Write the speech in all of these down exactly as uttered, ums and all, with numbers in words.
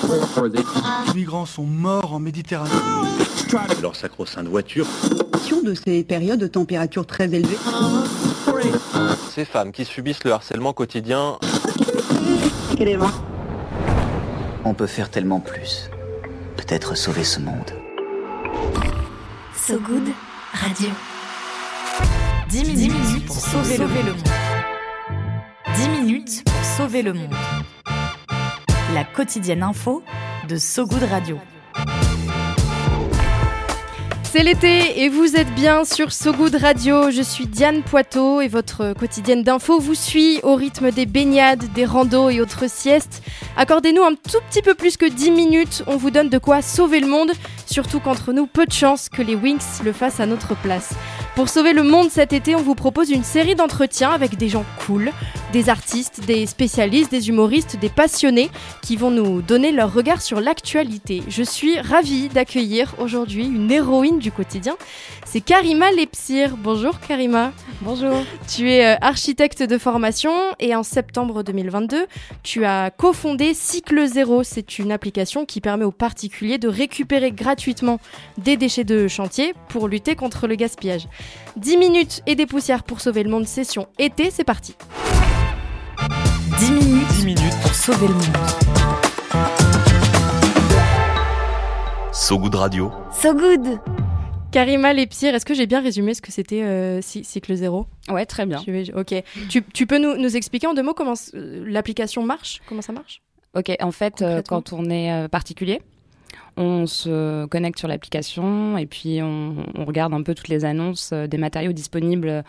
Les migrants sont morts en Méditerranée. Leur sacro-sainte voiture. De ces périodes de température très élevées. Ces femmes qui subissent le harcèlement quotidien. On peut faire tellement plus. Peut-être sauver ce monde. So Good Radio. dix minutes pour sauver le monde. dix minutes pour sauver le monde. La quotidienne info de So Good Radio. C'est l'été et vous êtes bien sur So Good Radio. Je suis Diane Poitot et votre quotidienne d'info vous suit au rythme des baignades, des randos et autres siestes. Accordez-nous un tout petit peu plus que dix minutes, on vous donne de quoi sauver le monde, surtout qu'entre nous, peu de chance que les Winx le fassent à notre place. Pour sauver le monde cet été, on vous propose une série d'entretiens avec des gens cool, des artistes, des spécialistes, des humoristes, des passionnés qui vont nous donner leur regard sur l'actualité. Je suis ravie d'accueillir aujourd'hui une héroïne du quotidien, c'est Karima Lepsir. Bonjour Karima. Bonjour. Tu es euh, architecte de formation et en septembre deux mille vingt-deux, tu as cofondé Cycle Zéro. C'est une application qui permet aux particuliers de récupérer gratuitement des déchets de chantier pour lutter contre le gaspillage. dix minutes et des poussières pour sauver le monde, session été, c'est parti. dix minutes, dix minutes pour sauver le monde. So Good Radio. So Good. Karima Lepsir, est-ce que j'ai bien résumé ce que c'était euh, Cycle Zéro ? Ouais, très bien. Je, ok. tu, tu peux nous, nous expliquer en deux mots comment euh, l'application marche ? Comment ça marche ? Ok, en fait, euh, quand on est euh, particulier, on se connecte sur l'application et puis on, on regarde un peu toutes les annonces euh, des matériaux disponibles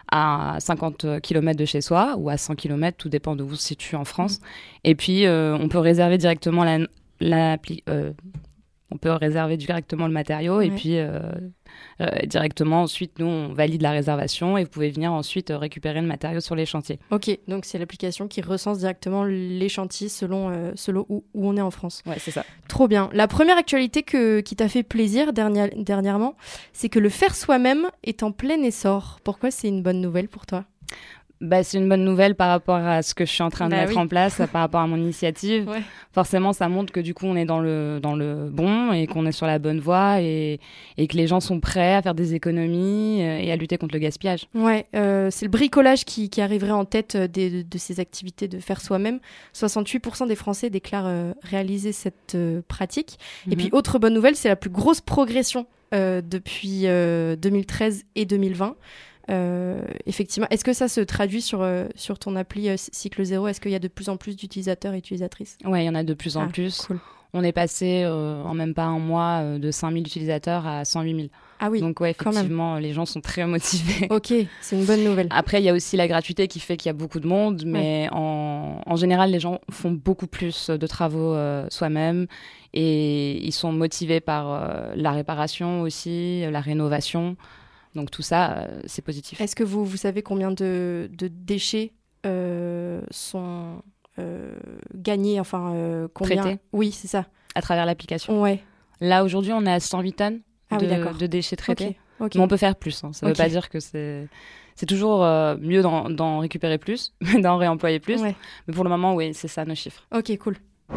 à cinquante kilomètres de chez soi ou à cent kilomètres, tout dépend de où se situe en France. Mmh. Et puis, euh, on peut réserver directement la, l'appli... Euh, On peut réserver directement le matériau ouais. et puis euh, euh, directement, ensuite, nous, on valide la réservation et vous pouvez venir ensuite euh, récupérer le matériau sur les chantiers. Ok, donc c'est l'application qui recense directement les chantiers selon, euh, selon où, où on est en France. Ouais, c'est ça. Trop bien. La première actualité que, qui t'a fait plaisir dernière, dernièrement, c'est que le faire soi-même est en plein essor. Pourquoi c'est une bonne nouvelle pour toi ? Bah, c'est une bonne nouvelle par rapport à ce que je suis en train de bah mettre oui. en place, par rapport à mon initiative. Ouais. Forcément, ça montre que du coup, on est dans le, dans le bon et qu'on est sur la bonne voie et, et que les gens sont prêts à faire des économies et à lutter contre le gaspillage. Ouais, euh, c'est le bricolage qui, qui arriverait en tête des, de, de ces activités de faire soi-même. soixante-huit pour cent des Français déclarent euh, réaliser cette euh, pratique. Mm-hmm. Et puis, autre bonne nouvelle, c'est la plus grosse progression euh, depuis euh, deux mille treize et deux mille vingt. Euh, effectivement, est-ce que ça se traduit sur, euh, sur ton appli euh, Cycle Zéro ? Est-ce qu'il y a de plus en plus d'utilisateurs et utilisatrices ? Ouais, il y en a de plus en ah, plus. Cool. On est passé euh, en même pas un mois euh, de cinq mille utilisateurs à cent huit mille. Ah oui, donc ouais, effectivement, les gens sont très motivés. Ok, c'est une bonne nouvelle. Après, il y a aussi la gratuité qui fait qu'il y a beaucoup de monde, mais ouais. en, en général, les gens font beaucoup plus de travaux euh, soi-même et ils sont motivés par euh, la réparation aussi, la rénovation. Donc tout ça, euh, c'est positif. Est-ce que vous, vous savez combien de, de déchets euh, sont euh, gagnés, enfin euh, combien... Traités ? Oui, c'est ça. À travers l'application ? Ouais. Là, aujourd'hui, on est à cent huit tonnes ah, de, oui, de déchets traités. Okay. Okay. Mais on peut faire plus. Hein. Ça ne okay. veut pas dire que c'est... C'est toujours euh, mieux d'en, d'en récupérer plus, d'en réemployer plus. Ouais. Mais pour le moment, oui, c'est ça nos chiffres. Ok, cool.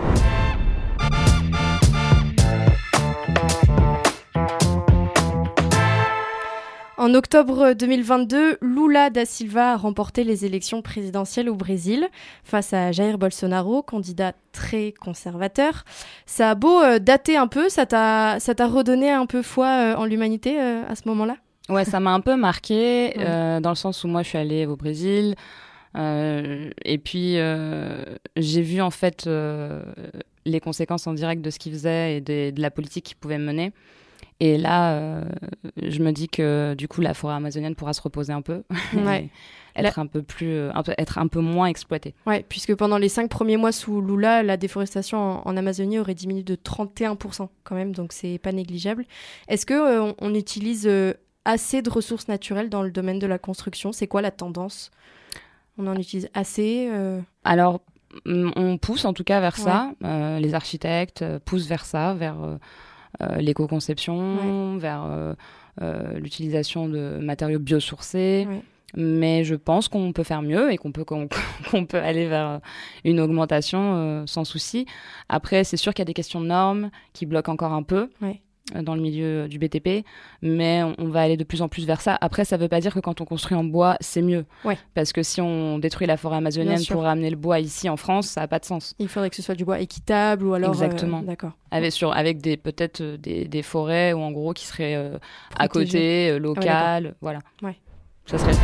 En octobre deux mille vingt-deux, Lula da Silva a remporté les élections présidentielles au Brésil face à Jair Bolsonaro, candidat très conservateur. Ça a beau euh, dater un peu, ça t'a, ça t'a redonné un peu foi euh, en l'humanité euh, à ce moment-là ? Ouais, ça m'a un peu marqué, ouais. euh, dans le sens où moi je suis allée au Brésil euh, et puis euh, j'ai vu en fait euh, les conséquences en direct de ce qu'il faisait et de, de la politique qu'il pouvait mener. Et là, euh, je me dis que du coup, la forêt amazonienne pourra se reposer un peu, ouais. être, la... un peu plus, un peu, être un peu moins exploitée. Oui, puisque pendant les cinq premiers mois sous Lula, la déforestation en, en Amazonie aurait diminué de trente et un pour cent quand même, donc c'est pas négligeable. Est-ce qu'on euh, on utilise euh, assez de ressources naturelles dans le domaine de la construction ? C'est quoi la tendance ? On en utilise assez euh... Alors, on pousse en tout cas vers ouais. ça. Euh, les architectes poussent vers ça, vers... Euh, Euh, l'éco-conception, ouais. vers euh, euh, l'utilisation de matériaux biosourcés. Ouais. Mais je pense qu'on peut faire mieux et qu'on peut, qu'on, qu'on peut aller vers une augmentation euh, sans souci. Après, c'est sûr qu'il y a des questions de normes qui bloquent encore un peu ouais. euh, dans le milieu du B T P, mais on, on va aller de plus en plus vers ça. Après, ça ne veut pas dire que quand on construit en bois, c'est mieux. Ouais. Parce que si on détruit la forêt amazonienne pour ramener le bois ici en France, ça n'a pas de sens. Il faudrait que ce soit du bois équitable ou alors... Exactement. Euh, d'accord. Avec, sur, avec des, peut-être des, des forêts ou en gros qui seraient euh, à côté, euh, locales. Ah ouais, voilà. Ouais. Ça serait...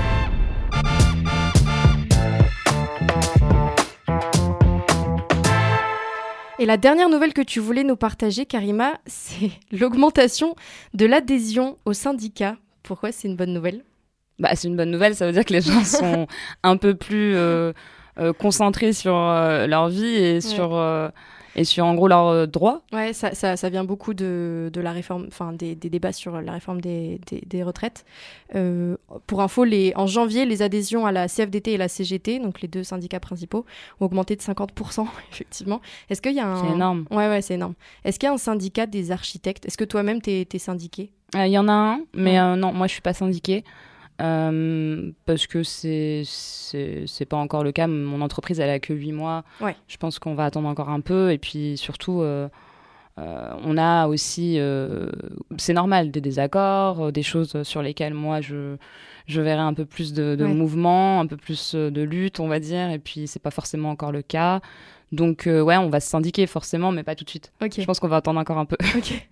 Et la dernière nouvelle que tu voulais nous partager, Karima, c'est l'augmentation de l'adhésion au syndicat. Pourquoi c'est une bonne nouvelle ? Bah, c'est une bonne nouvelle, ça veut dire que les gens sont un peu plus euh, euh, concentrés sur euh, leur vie et, ouais. sur, euh, et sur, en gros, leurs euh, droits. Ouais, ça, ça, ça vient beaucoup de, de la réforme, enfin, des, des débats sur la réforme des, des, des retraites. Euh, pour info, les, en janvier, les adhésions à la C F D T et la C G T, donc les deux syndicats principaux, ont augmenté de cinquante pour cent, effectivement. Est-ce qu'il y a un... C'est énorme. Ouais, ouais, c'est énorme. Est-ce qu'il y a un syndicat des architectes ? Est-ce que toi-même, t'es, t'es syndiqué ? Il euh, y en a un, mais euh, non, moi, je suis pas syndiquée. Euh, parce que c'est, c'est, c'est pas encore le cas. Mon entreprise, elle a que huit mois. Ouais. Je pense qu'on va attendre encore un peu. Et puis surtout, euh, euh, on a aussi... Euh, c'est normal, des désaccords, des choses sur lesquelles moi, je, je verrai un peu plus de, de ouais. mouvement, un peu plus de lutte, on va dire. Et puis, c'est pas forcément encore le cas. Donc, euh, ouais, on va se syndiquer forcément, mais pas tout de suite. Okay. Je pense qu'on va attendre encore un peu. Ok.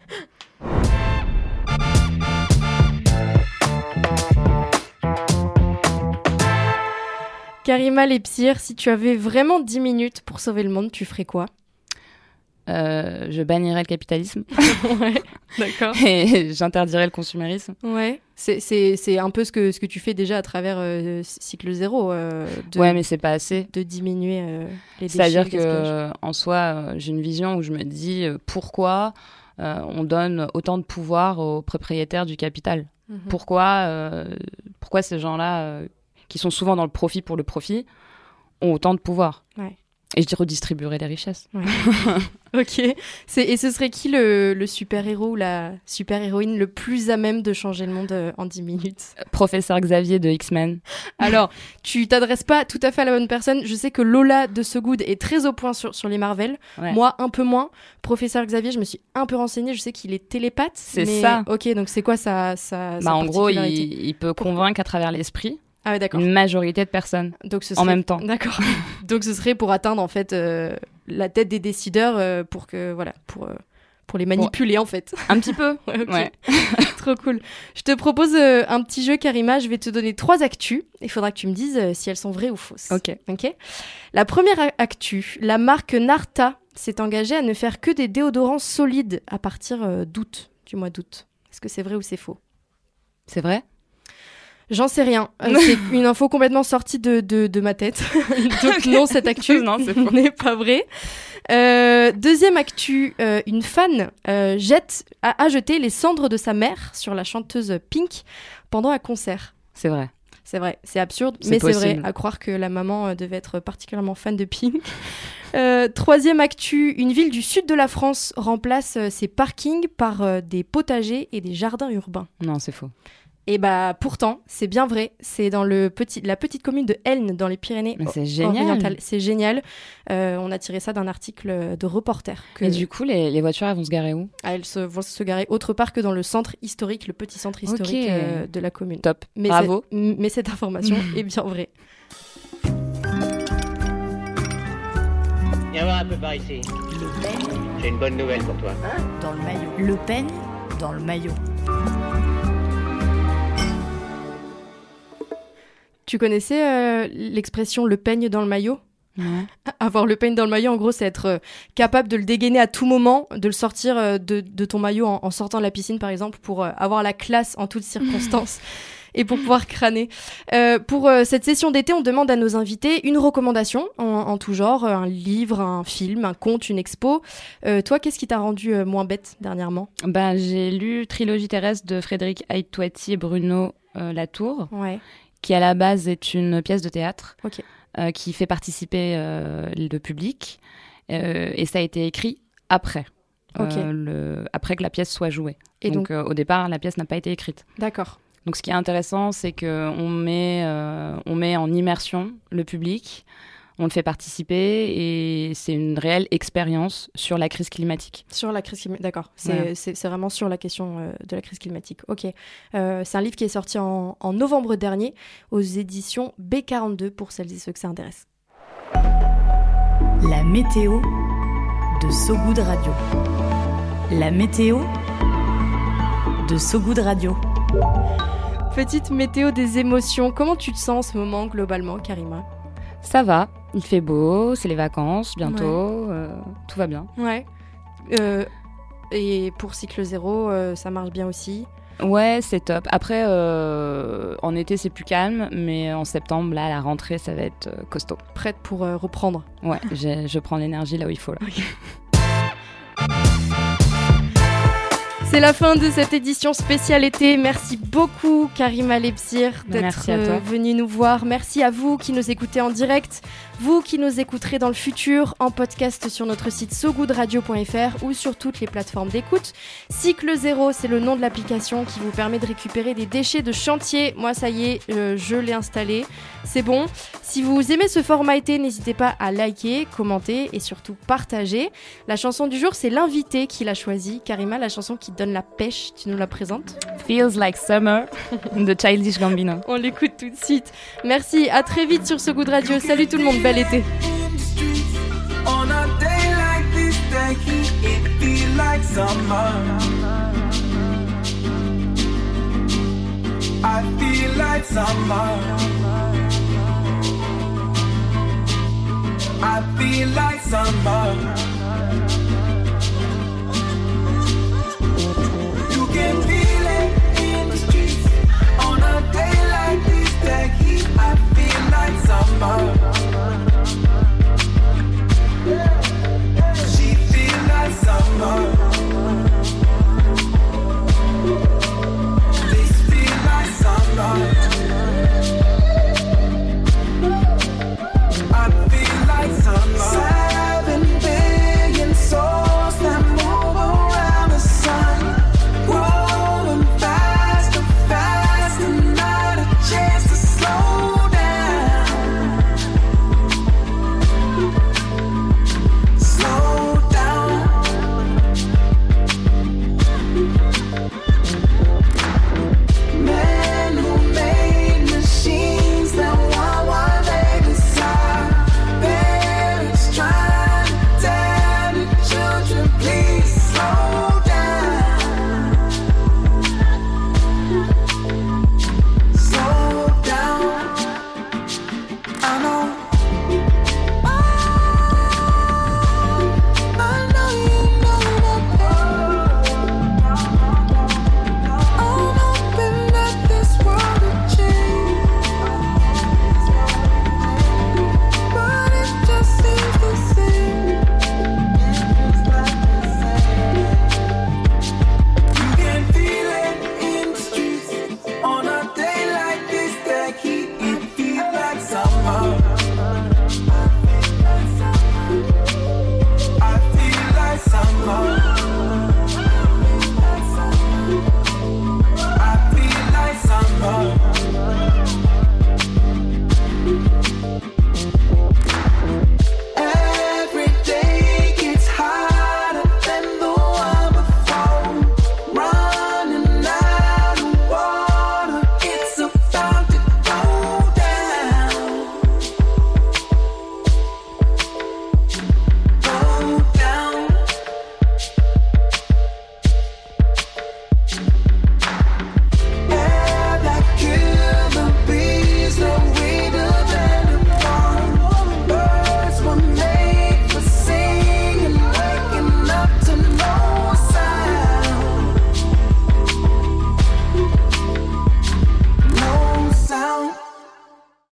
Karima Lepsir, si tu avais vraiment dix minutes pour sauver le monde, tu ferais quoi ? euh, Je bannirais le capitalisme. Ouais, d'accord. Et j'interdirais le consumérisme. Ouais, c'est, c'est, c'est un peu ce que, ce que tu fais déjà à travers euh, Cycle Zéro. Euh, de, ouais, mais c'est pas assez. De diminuer euh, les déchets. C'est-à-dire qu'en soi, euh, j'ai une vision où je me dis euh, pourquoi euh, on donne autant de pouvoir aux propriétaires du capital ? Mm-hmm. Pourquoi, euh, pourquoi ces gens-là... Euh, qui sont souvent dans le profit pour le profit, ont autant de pouvoir. Ouais. Et je redistribuerai les richesses. Ouais. Ok. C'est, et ce serait qui le, le super-héros ou la super-héroïne le plus à même de changer le monde euh, en dix minutes ? Professeur Xavier de X-Men. Alors, tu t'adresses pas tout à fait à la bonne personne. Je sais que Lola de So Good est très au point sur, sur les Marvel. Ouais. Moi, un peu moins. Professeur Xavier, je me suis un peu renseignée. Je sais qu'il est télépathe. C'est mais... ça. Ok, donc c'est quoi sa, sa, bah, sa en gros, il, particularité ? il peut convaincre à travers l'esprit. Ah ouais, d'accord. Une majorité de personnes donc ce serait... en même temps. D'accord. Donc ce serait pour atteindre en fait euh, la tête des décideurs euh, pour que voilà pour euh, pour les manipuler bon. En fait. Un petit peu. Ouais. Okay. Ouais. Trop cool. Je te propose euh, un petit jeu, Karima. Je vais te donner trois actus. Il faudra que tu me dises euh, si elles sont vraies ou fausses. Ok. Ok. La première actu, la marque Narta s'est engagée à ne faire que des déodorants solides à partir euh, d'août, du mois d'août. Est-ce que c'est vrai ou c'est faux ? C'est vrai ? J'en sais rien. Euh, c'est une info complètement sortie de, de, de ma tête. Donc non, cette actu non, c'est faux. N'est pas vrai. Euh, deuxième actu, euh, une fan euh, jette, a, a jeté les cendres de sa mère sur la chanteuse Pink pendant un concert. C'est vrai. C'est vrai, c'est absurde, c'est mais possible. C'est vrai, à croire que la maman euh, devait être particulièrement fan de Pink. Euh, troisième actu, une ville du sud de la France remplace euh, ses parkings par euh, des potagers et des jardins urbains. Non, c'est faux. Et bah pourtant, c'est bien vrai. C'est dans le petit, la petite commune de Elne, dans les Pyrénées Mais c'est génial. orientales. C'est génial. Euh, on a tiré ça d'un article de Reporter. Que... Et du coup, les, les voitures, elles vont se garer où ? ah, Elles se, vont se garer autre part que dans le centre historique, le petit centre historique okay. euh, de la commune. Top. Mais bravo. C'est, mais cette information est bien vraie. Viens voir un peu par ici. Le Pen. J'ai une bonne nouvelle pour toi. Hein ? Dans le maillot. Le Pen dans le maillot. Tu connaissais euh, l'expression « le peigne dans le maillot » ? Ouais. Avoir le peigne dans le maillot, en gros, c'est être euh, capable de le dégainer à tout moment, de le sortir euh, de, de ton maillot en, en sortant de la piscine, par exemple, pour euh, avoir la classe en toutes circonstances et pour pouvoir crâner. Euh, pour euh, cette session d'été, on demande à nos invités une recommandation en, en tout genre, un livre, un film, un conte, une expo. Euh, toi, qu'est-ce qui t'a rendu euh, moins bête dernièrement ? Ben, j'ai lu Trilogie terrestre de Frédéric Aït-Touati et Bruno euh, Latour. Ouais. Qui à la base est une pièce de théâtre okay. euh, qui fait participer euh, le public euh, et ça a été écrit après, okay. euh, le, après que la pièce soit jouée. Et donc, donc euh, au départ, la pièce n'a pas été écrite. D'accord. Donc ce qui est intéressant, c'est qu'on met, euh, on met en immersion le public, on le fait participer et c'est une réelle expérience sur la crise climatique. Sur la crise climatique, d'accord. C'est, ouais. c'est, c'est vraiment sur la question euh, de la crise climatique. Ok. Euh, c'est un livre qui est sorti en, en novembre dernier aux éditions B quarante-deux pour celles et ceux que ça intéresse. La météo de So Good Radio. La météo de So Good Radio. Petite météo des émotions. Comment tu te sens en ce moment globalement, Karima ? Ça va, il fait beau, c'est les vacances bientôt, ouais. euh, tout va bien. Ouais. Euh, et pour Cycle Zéro, euh, ça marche bien aussi ? Ouais, c'est top. Après, euh, en été, c'est plus calme, mais en septembre, là, la rentrée, ça va être euh, costaud. Prête pour euh, reprendre ? Ouais, j'ai, je prends l'énergie là où il faut. Là. Okay. C'est la fin de cette édition spéciale été. Merci beaucoup Karima Lebsir d'être venue nous voir. Merci à vous qui nous écoutez en direct, vous qui nous écouterez dans le futur en podcast sur notre site so good radio point f r ou sur toutes les plateformes d'écoute. Cycle Zéro, c'est le nom de l'application qui vous permet de récupérer des déchets de chantier. Moi, ça y est, euh, je l'ai installé. C'est bon. Si vous aimez ce format été, n'hésitez pas à liker, commenter et surtout partager. La chanson du jour, c'est l'invité qui l'a choisie. Karima, la chanson qui donne la pêche, tu nous la présentes ? Feels Like Summer de Childish Gambino. On l'écoute tout de suite. Merci, à très vite sur So Good Radio. Salut tout le monde, bel été. On a day like this, that it feel like summer. I feel like summer. I feel like summer.